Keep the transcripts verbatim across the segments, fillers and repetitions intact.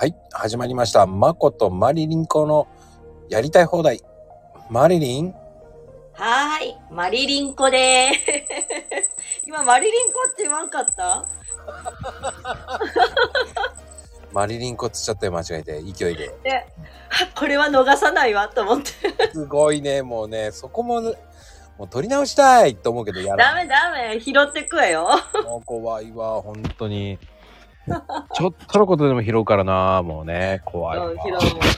はい、始まりました。マコとマリリンコのやりたい放題。マリリンはーい、マリリンコでーす。今、マリリンコって言わんかった？ マリリンコつっちゃったよ、間違えて、勢いで。 で、これは逃さないわと思って。 すごいね、もうね、そこも、もう取り直したいと思うけど、やらダメダメ、拾ってくわよ。 もう怖いわ、本当に。ちょっとのことでも拾うからな、もうね、怖いわ。 うん、拾うもん。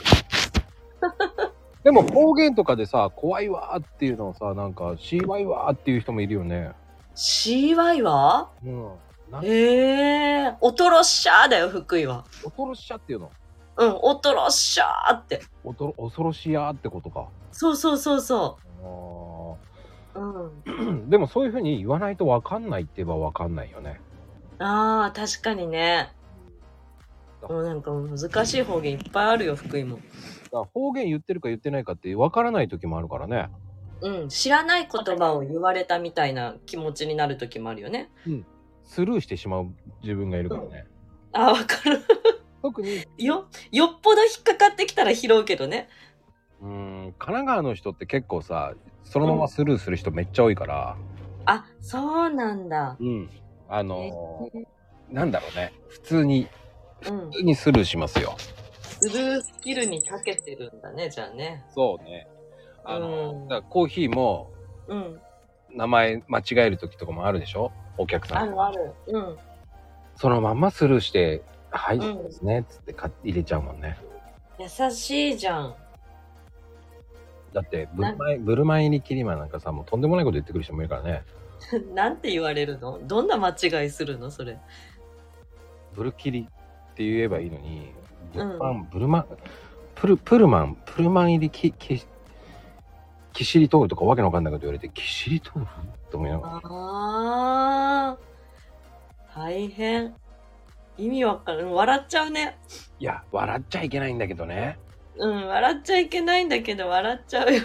でも方言とかでさ、怖いわーっていうのをさ、なんか、シーワイわーっていう人もいるよね。 シーワイ はうん。 へえー、おとろっしゃーだよ、福井は。 おとろしゃっていうの。 うん、おとろっしゃーって。 おとろ、恐ろしやーってことか。 そうそうそうそあう。うん。 ーでもそういう風に言わないと分かんないって言えば分かんないよね。 ああ、確かにね。もうなんか難しい方言いっぱいあるよ、福井も。 だから方言言ってるか言ってないかって分からない時もあるからね。 うん、知らない言葉を言われたみたいな気持ちになる時もあるよね。 うん。スルーしてしまう自分がいるからね。 うん、あ、わかる。 特によ、よっぽど引っかかってきたら拾うけどね。 うーん、神奈川の人って結構さ、そのままスルーする人めっちゃ多いから。 うん、あ、そうなんだ。 うん。あのー、なんだろうね。普通に、 普通にスルーしますよ。 スルースキルに長けてるんだね、じゃあね。 そうね。あの、 うん、 だからコーヒーも、 うん。 名前間違える時とかもあるでしょ、お客さん。 あるある。うん。 そのまんまスルーして、はい、 うん、 そうですね、つって買入れちゃうもんね。 優しいじゃん。 だって、ブルマイ、ブルマイ入りキリマンなんかさ、もうとんでもないこと言ってくる人もいるからね。 なんて言われるの？どんな間違いするのそれ。 ブルキリって言えばいいのに、ブルマン、 うん、 ブルマン、プル、プルマン、プルマン入りキ、キ、キシリトールとかわけのわかんないこと言われて、キシリトールって思いながら。 あー、大変。意味わかる。笑っちゃうね。 いや、笑っちゃいけないんだけどね。 うん、笑っちゃいけないんだけど、笑っちゃうよ。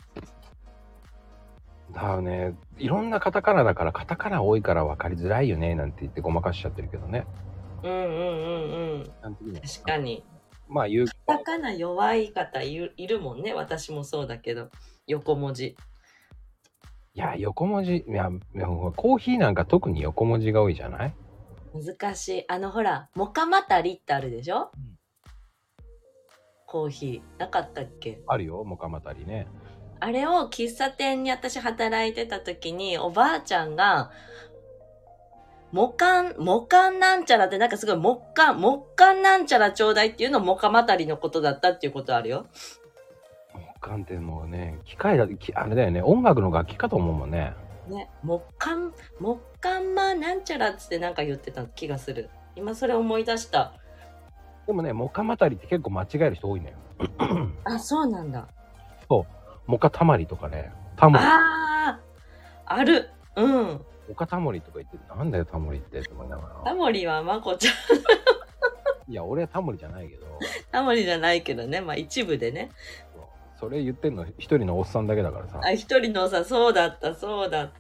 だからね、いろんなカタカナだから、カタカナ多いから分かりづらいよね、なんて言ってごまかしちゃってるけどね。 うんうんうんうん。確かに。 まあ言う。 カタカナ弱い方いる、いるもんね。私もそうだけど。横文字。 いや、横文字、いや、コーヒーなんか特に横文字が多いじゃない？ 難しい。あのほら、モカマタリってあるでしょ、うん、コーヒー。なかったっけ？ あるよ、モカマタリね。 あれを喫茶店に私働いてた時に、おばあちゃんが、モカン、モカンなんちゃらってなんかすごい、モッカン、モッカンなんちゃらちょうだいっていうのモカマタリのことだったっていうことあるよ。 モッカンってもうね、機械だ、あれだよね、音楽の楽器かと思うもんね。 ね、モッカン、モッカンマなんちゃらっつってなんか言ってた気がする。今それ思い出した。 でもね、モカマタリって結構間違える人多いのよ。 あ、そうなんだ。 そう。モカタマリとかね。タモリ。 ああ、ある。うん。 モカタモリとか言って、なんだよタモリってって思いながら。 タモリはまこちゃん。 いや、俺はタモリじゃないけど。 タモリじゃないけどね。まあ一部でね。 それ言ってんの一人のおっさんだけだからさ。 あ、一人のさ、そうだった、そうだった。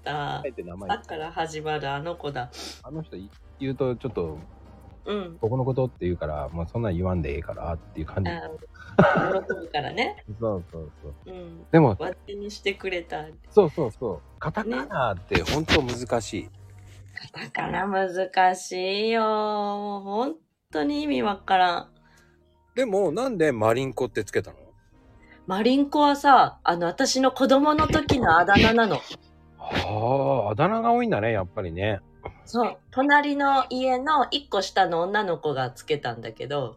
だから始まるあの子だ。 あの人言うとちょっと、 うん、 僕のことって言うから、もうそんなん言わんでええからっていう感じ。 喜ぶからね。 そうそうそう。 うん、 でも、 わってにしてくれた。 そうそうそう。カタカナって本当難しい。ね、 カタカナ難しいよ。本当に意味わからん。 でも、なんでマリンコってつけたの？ マリンコはさ、あの、私の子供の時のあだ名なの。 はあ、あだ名が多いんだね、やっぱりね。 そう。隣の家の一個下の女の子がつけたんだけど。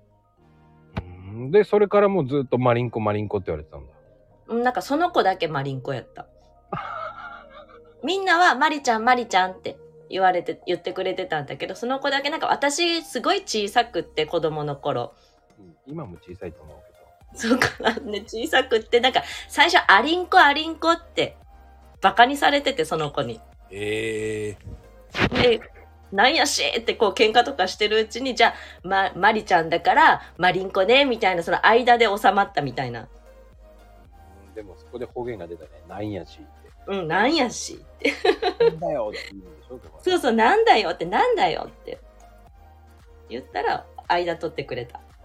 で、それからもうずっとマリンコ、マリンコって言われてたんだ。 なんかその子だけマリンコやった。みんなはマリちゃん、マリちゃんって言われて、言ってくれてたんだけど、その子だけなんか私すごい小さくって子供の頃。 うん、今も小さいと思うけど。 そうかなね、小さくって、なんか最初アリンコアリンコってバカにされてて、その子に。 えー。で、なんやしってこう喧嘩とかしてるうちに、じゃあ、ま、マリちゃんだからマリンコね、みたいな、その間で収まったみたいな。 でもそこで方言が出たね。なんやしって。 うん、なんやしって。 なんだよって言うんでしょ？ そうそう、なんだよって、なんだよって言ったら間取ってくれた。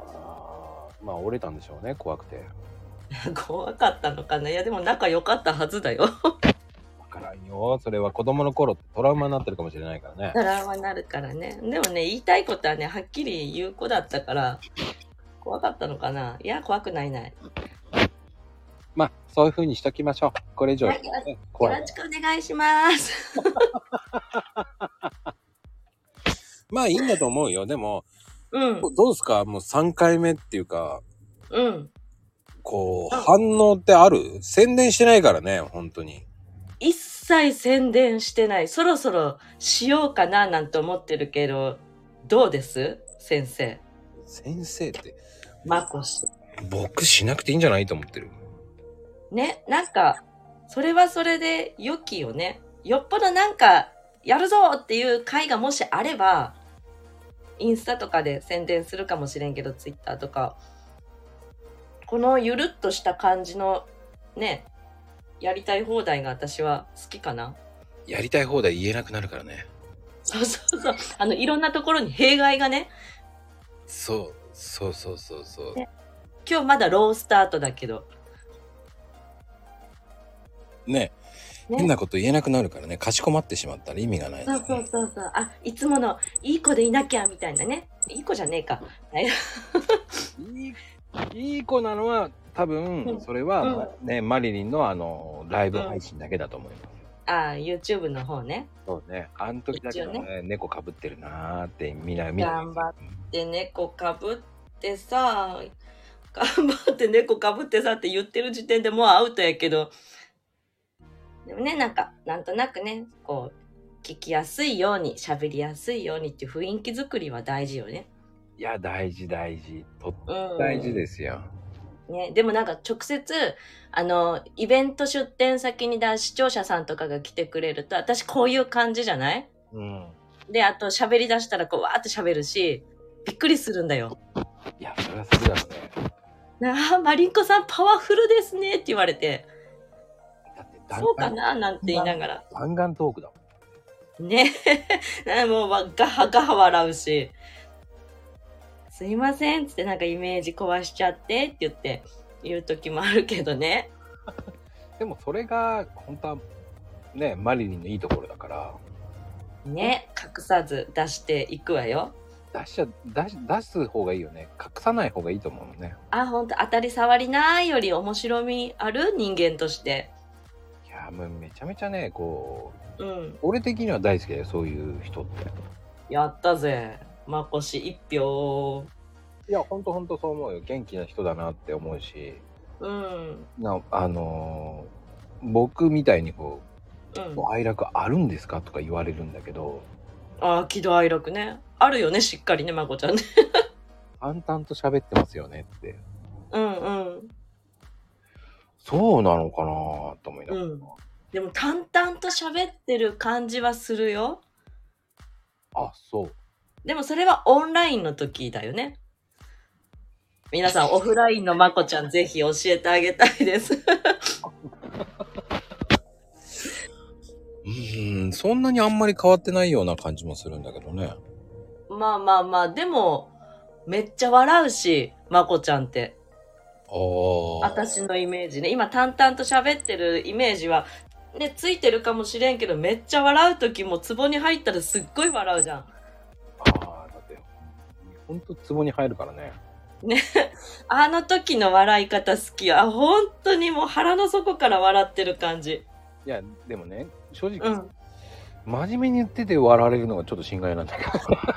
まあ折れたんでしょうね、怖くて。 怖かったのかな。いやでも仲良かったはずだよ。 わからんよ。それは子供の頃ってトラウマになってるかもしれないからね。 トラウマになるからね。でもね、言いたいことはね、はっきり言う子だったから、怖かったのかな。いや、怖くないない。 まあ、そういう風にしときましょう。これ以上、 はい、よね、怖い。 ろしくお願いします。 まあいいんだと思うよ。でも、 うん。 どうですか？もうさんかいめっていうか、 うん。 こう、 うん反応ってある？宣伝してないからね、本当に。 一切宣伝してない。そろそろしようかななんて思ってるけど、どうです先生。 先生って、 まこし。 僕しなくていいんじゃないと思ってる。 ね、なんか、それはそれで良きよね。よっぽどなんか、やるぞっていう会がもしあれば、インスタとかで宣伝するかもしれんけど、ツイッターとか。このゆるっとした感じの、ね、やりたい放題が私は好きかな。 やりたい放題言えなくなるからね。 そうそうそう。あの、いろんなところに弊害がね。 そう、そうそうそうそう。 ね、今日まだロースタートだけど。 ね。 ね、 変なこと言えなくなるからね。かしこまってしまったら意味がない、ね。 そうそうそうそう。あ、いつものいい子でいなきゃみたいなね。いい子じゃねえか。 いい、いい子なのは多分、それは、 うんまね、マリリンのあの、ライブ配信だけだと思います。 ああ、YouTube の方ね。 そうね。あの時だけどね、 ね猫かぶってるなーってみんな見頑張って猫かぶってさ、頑張って猫かぶってさって言ってる時点でもうアウトやけど、でもね、なんか、なんとなくね、こう、聞きやすいように、喋りやすいようにっていう雰囲気作りは大事よね。 いや、大事大事。とってもうん。 大事ですよ。 ね、でもなんか直接、あの、イベント出店先にだ視聴者さんとかが来てくれると、私こういう感じじゃない？ うん。 で、あと喋り出したらこうわーって喋るし、びっくりするんだよ。 いや、それはするだろうね。 なあ、マリンコさんパワフルですねって言われて、 だって弾丸そうかななんて言いながら。 弾丸トークだもん。 ねえ、もうわガハガハ笑うし、すいませんっつってなんかイメージ壊しちゃってって言って言う時もあるけどね。 でもそれが本当はね、マリリンのいいところだから。 ね、隠さず出していくわよ。 出しちゃ出し出す方がいいよね。隠さない方がいいと思うのね。 あ、ほんと当たり障りないより面白みある人間として。 いや、もうめちゃめちゃね、こう、 うん。 俺的には大好きだよ、そういう人って。 やったぜ。まこし一票。 いや、ほんとほんとそう思うよ。元気な人だなって思うし。 うん。 なあのー、僕みたいにこう、 うん。 ご愛楽あるんですかとか言われるんだけど、 ああ、喜怒哀楽ね。あるよね、しっかりね、まこちゃんね。 淡々と喋ってますよねって。 うんうん。 そうなのかなと思いながら。 うん。でも淡々と喋ってる感じはするよ。 あ、そう。 でもそれはオンラインの時だよね。皆さんオフラインのまこちゃんぜひ教えてあげたいです。 うーん、そんなにあんまり変わってないような感じもするんだけどね。 まあまあまあ、でも、めっちゃ笑うし、まこちゃんって。 ああ。 私のイメージね。今淡々と喋ってるイメージは、ね、ついてるかもしれんけど、めっちゃ笑う時も壺に入ったらすっごい笑うじゃん。 ああ、だって、ほんと壺に入るからね。 ね。あの時の笑い方好きよ。あ、本当にもう腹の底から笑ってる感じ。 いや、でもね、正直、 うん。 真面目に言ってて笑われるのがちょっと心外なんだけど。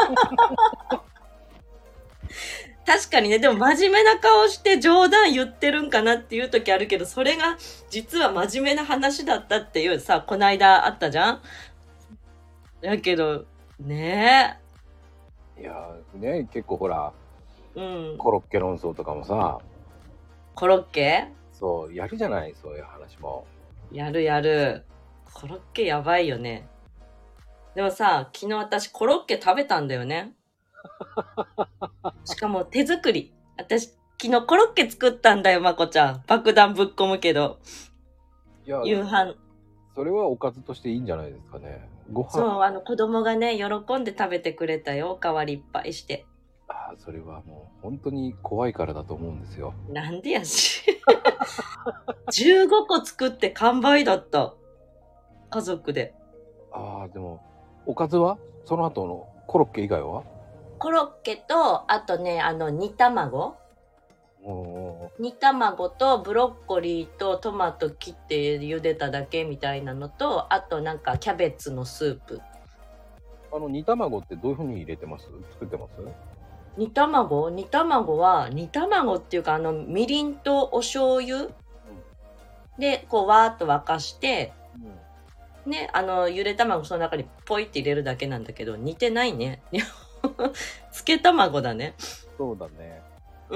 確かにね、でも真面目な顔して冗談言ってるんかなっていう時あるけど、それが実は真面目な話だったっていうさ、こないだあったじゃん。だけど、ねいやーね、結構ほら、 え。うん。 コロッケ論争とかもさ、 コロッケそう、やるじゃない、そういう話も。 やるやる。コロッケやばいよね。でもさ、昨日私コロッケ食べたんだよね。しかも手作り。私、昨日コロッケ作ったんだよ、まこちゃん。爆弾ぶっ込むけど。 いや、 夕飯。 それはおかずとしていいんじゃないですかね。ご飯。 そう、あの子供がね、喜んで食べてくれたよ。おかわりいっぱいして。 あやー、それはもう本当に怖いからだと思うんですよ。 なんでやし。じゅうごこ作って完売だった。家族で。 ああ、でも、おかずはその後のコロッケ以外は？ コロッケと、あとね、あの、煮卵お煮卵とブロッコリーとトマト切って茹でただけみたいなのと、あとなんかキャベツのスープ。 あの、煮卵ってどういう風に入れてます？作ってます？ 煮卵煮卵は、煮卵っていうか、あの、みりんとお醤油で、こう、わーっと沸かして、 うん。 ね、あの、ゆで卵その中にポイって入れるだけなんだけど、煮てないね。つけ卵だね。 そうだね。 うん。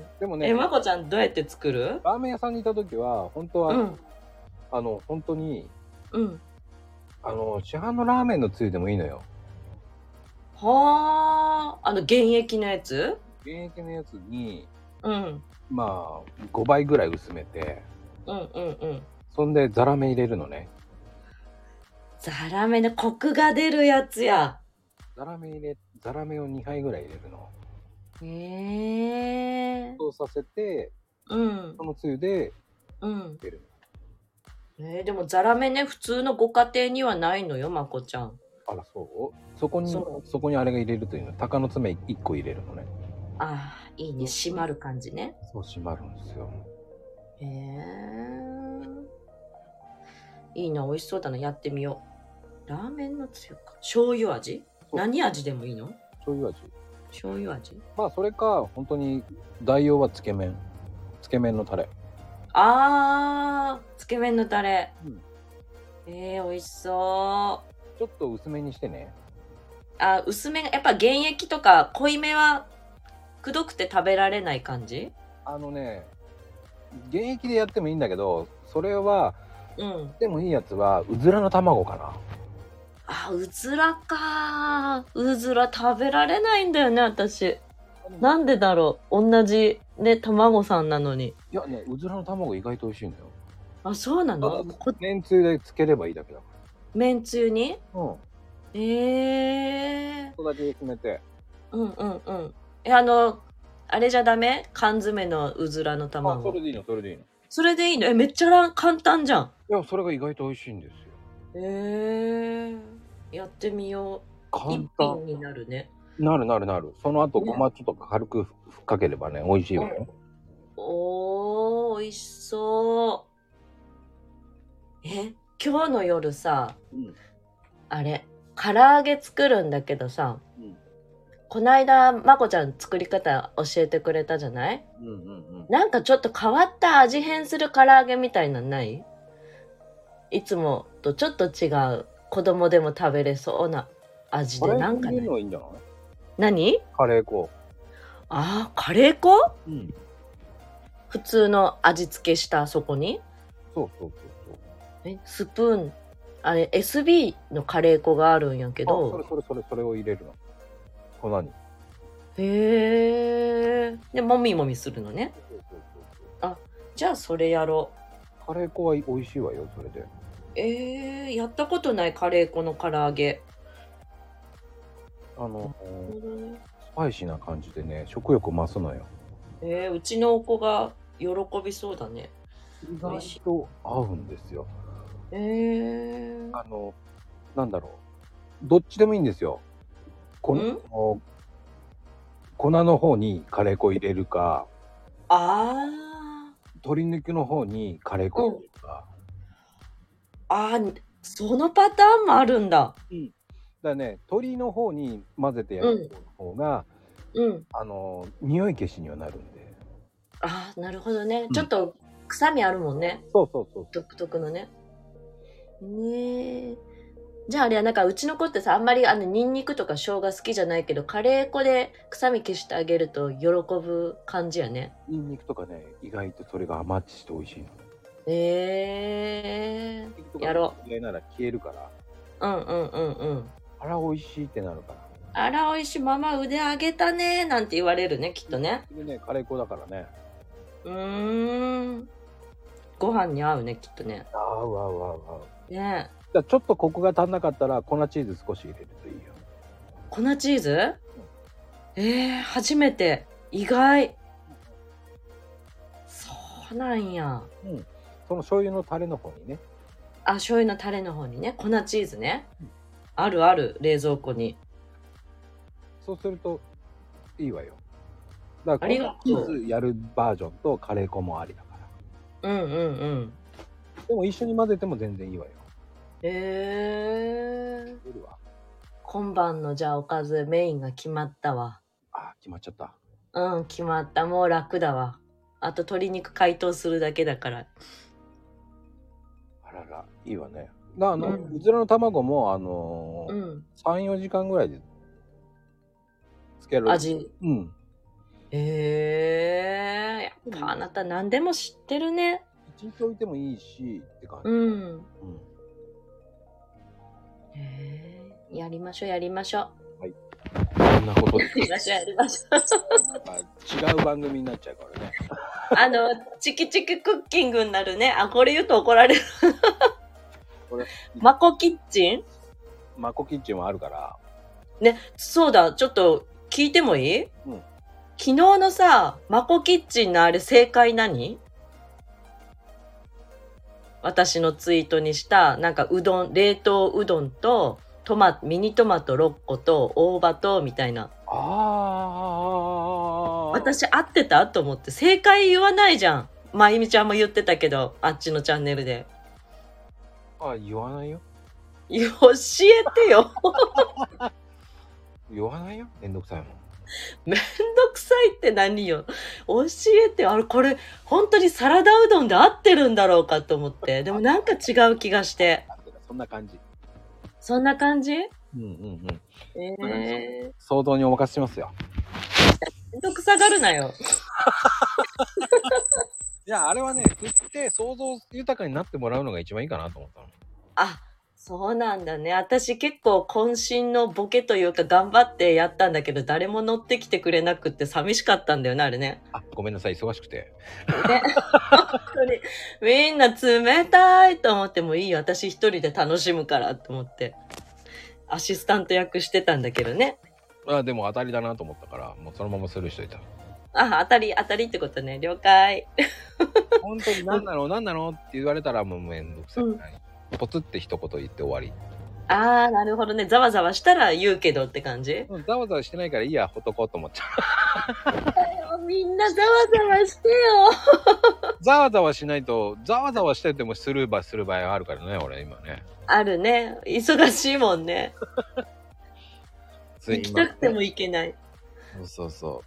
でもね、 え、まこちゃんどうやって作る？ ラーメン屋さんにいた時は、本当は、 うん。 あの、本当に、 うん。 あの、市販のラーメンのつゆでもいいのよ。 はあ、あの、原液のやつ？ 原液のやつに、 うん。 まあ、ごばいぐらい薄めて、 うんうんうん。 そんでザラメ入れるのね。 ザラメね、コクが出るやつや。 ザラメ入れ、ザラメをにはいぐらい入れるの。 へえ。 そうさせて、 うん。 そのつゆでうん。 入れる。 えー、でもザラメね、普通のご家庭にはないのよ、まこちゃん。 あら、そうそこに、 そそこにあれが入れるというの。鷹の爪いっこ入れるのね。 ああ、いいね。締まる感じね。 そう、締まるんですよ。 へえ。いいな、美味しそうだな。やってみよう。ラーメンのつゆか。醤油味？ そう何味でもいいの？ 醤油味。 醤油味？ まあ、それか、本当に、代用はつけ麺。つけ麺のタレ。 あー、つけ麺のタレ。 うん。 えー、美味しそう。 ちょっと薄めにしてね。 あ、薄めが、やっぱ原液とか濃いめはくどくて食べられない感じ？ あのね、原液でやってもいいんだけど、それは、 うん。 でもいいやつは、うずらの卵かな。 あ、うずらか。うずら食べられないんだよね、私。なんでだろう。同じね、卵さんなのに。 いやね、うずらの卵意外と美味しいんだよ。 あ、そうなの？こめんつゆでつければいいだけだかめんつゆに？ ら。うん。 えー。 ちょっとだけ薄めて。 うんうんうん。え、あの、あれじゃダメ？缶詰のうずらのあ、そ卵。 れでいいの、それでいいの。 それでいいの？え、めっちゃ簡単じゃん。 いや、それが意外と美味しいんですよ。 えー。やってみよう。 簡一単。 品になるね。 なるなるなる。その後、 ねごまちょっと軽くかければね、美味しいわよ。 おー、美味しそう。え、今日の夜さ、 うん。 あれ、唐揚げ作るんだけどさ、 うんこないだまこちゃん作り方教えてくれたじゃない？ うんうんうん。 なんかちょっと変わった味変する唐揚げみたいなのない？いつもとちょっと違う、子供でも食べれそうな味カレー粉入れでなんかない？ るのがいいんじゃない？ 何？ カレー粉。 あー、カレー粉？ うん。 普通の味付けしたそこに？ そうそうそうそう。 え、スプーン、あれ エスビー のカレー粉があるんやけあ、それど、 それそれそれを入れるの。粉に。 へー。で、もみもみするのね。 そうそうそうそう。 あ、じゃあそれやろカレー粉は美味しいわよ、それで。 う。えー、やったことないカレー粉の唐揚げ。 あの、 なるほどね。 スパイシーな感じでね、食欲増すのよ。 えー、うちのお子が喜びそうだね。 意外と合うんですよ。 えー。 あの、なんだろう。どっちでもいいんですよ。こんの粉の方にカレー粉入れるか、 あ鶏肉の方にカレー粉入れるか。 ー。あー、そのパターンもあるんだ。 うん。だからね、鶏の方に混ぜてやる方が、 うん。 あの、匂い消しにはなるんで。 あー、なるほどね。 うんちょっと臭みあるもんね。 そうそうそう。 独特のね。ねえ。じゃああれはなんかうちの子ってさ、あんまりあのニンニクとか生姜好きじゃないけど、カレー粉で臭み消してあげると喜ぶ感じやね。 ニンニクとかね、意外とそれがマッチして美味しいの。 えー。やろう。嫌いなら消えるから。 う。うんうんうんうん。 あら、美味しいってなるから。 あら、おいしい。ママ腕上げたね。なんて言われるね、きっとね。 でね、カレー粉だからね。 うーん。ご飯に合うね、きっとね。 合う合う合う合う。 ねえ。 じゃあちょっとコクが足んなかったら粉チーズ少し入れるといいよ。 粉チーズ？ えー、初めて。意外。そうなんや。 うん。その醤油のタレの方にね。 あ、醤油のタレの方にね。粉チーズね。 うん、 あるある、冷蔵庫に。 そうするといいわよ。だからありが粉チとう。 ーズやるバージョンとカレー粉もありだから。 うんうんうん。 でも一緒に混ぜても全然いいわよ。 へえー。 いるわ。 今晩のじゃあおかずメインが決まったわ。 あ、決まっちゃった。 うん、決まった。もう楽だわ。あと鶏肉解凍するだけだから。 あらら、いいわね。だあの、 うん、 うずらの卵もあのーうん。 さん、よじかんぐらいでつける。 味。 うん。 へえー。やっぱあなた何でも知ってるね。 一日置いてもいいしって感じ。 うん。 うん。 へえー。やりましょう、やりましょう。 はい。こんなことで。 やりましょう、やりましょう。 違う番組になっちゃうからね。 あの、チキチキクッキングになるね。あ、これ言うと怒られる。 これ、 マコキッチンマコキッチンもあるから。 ね、そうだ、ちょっと聞いてもいい？ うん。 昨日のさ、マコキッチンのあれ正解何？私のツイートにした、なんかうどん、冷凍うどんと、トマ、ミニトマトろっこと大葉と、みたいな。 ああ。 私合ってたと思って、正解言わないじゃん。まゆみちゃんも言ってたけど、あっちのチャンネルで。 あ、言わないよ。 教えてよ。 言わないよ。めんどくさいもん。 めんどくさいって何よ。教えてよ。あれ、これ、本当にサラダうどんで合ってるんだろうかと思って。でもなんか違う気がして。 そんな感じ。 そんな感じ？ うんうんうん。 えー、 想像にお任せしますよ。 めんどくさがるなよ。 いや、あれはね、振って想像豊かになってもらうのが一番いいかなと思ったの。 あ、そうなんだね。私結構渾身のボケというか頑張ってやったんだけど、誰も乗ってきてくれなくって寂しかったんだよね、あれね。 あ、ごめんなさい、忙しくて。 ね。本当に。みんな冷たいと思ってもいいよ。私一人で楽しむからと思って。アシスタント役してたんだけどね。 あ、でも当たりだなと思ったから、もうそのままスルーしといた。 あ、当たり、当たりってことね。了解。 本当に何なの何なのって言われたらもうめんどくさい、 うん、 ポツって一言言って終わり。 あー、なるほどね。ざわざわしたら言うけどって感じ？ ざわざわしてないからいいや、ほっとこうと思っちゃう。 みんなざわざわしてよ。 ざわざわしないと、ざわざわしててもスルーばする場合があるからね、俺今ね。 あるね。忙しいもんね。 行行きたくても行けない。 そうそうそう。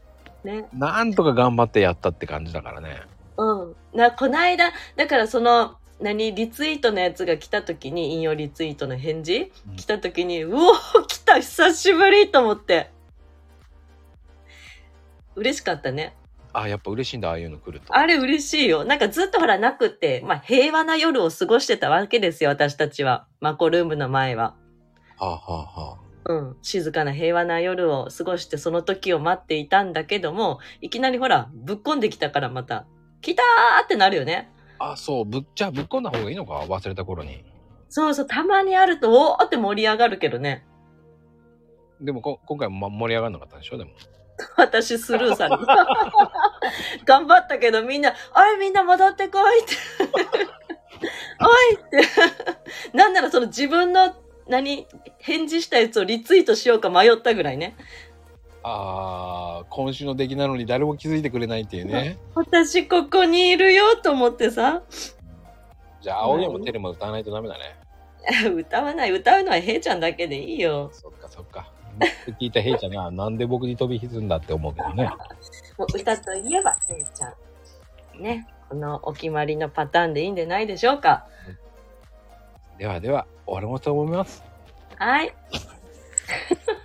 ね。 なんとか頑張ってやったって感じだからね。 うん。な、こないだ、だからその、何、リツイートのやつが来た時に、引用リツイートの返事、うん、来た時に、うおー、来た久しぶりと思って。嬉しかったね。 あ、やっぱ嬉しいんだ、ああいうの来ると。 あれ嬉しいよ。なんかずっとほらなくって、まあ平和な夜を過ごしてたわけですよ、私たちは。マコルームの前は。 はあはあはあ。うん。静かな平和な夜を過ごしてその時を待っていたんだけども、いきなりほら、ぶっこんできたからまた、来たーってなるよね。 あ、そう、ぶっちゃぶっこんだ方がいいのか忘れた頃に。 そうそう、たまにあると、おーって盛り上がるけどね。 でもこ今回も盛り上がんなかったんでしょでも。 私スルーされた。頑張ったけどみんな、おいみんな戻ってこいって。おいって。なんならその自分の、何、返事したやつをリツイートしようか迷ったぐらいね。 あー、今週の出来なのに誰も気づいてくれないっていうね。 私ここにいるよと思ってさ。 じゃあ青山テルマ歌わないとダメだね。 歌わない。歌うのはヘイちゃんだけでいいよ。 そっかそっか。聞いたヘイちゃんがなんで僕に飛び火するんだって思うけどね。 もう歌といえばヘイちゃん。ね。このお決まりのパターンでいいんでないでしょうか。 ではでは終わろうと思います。 はい。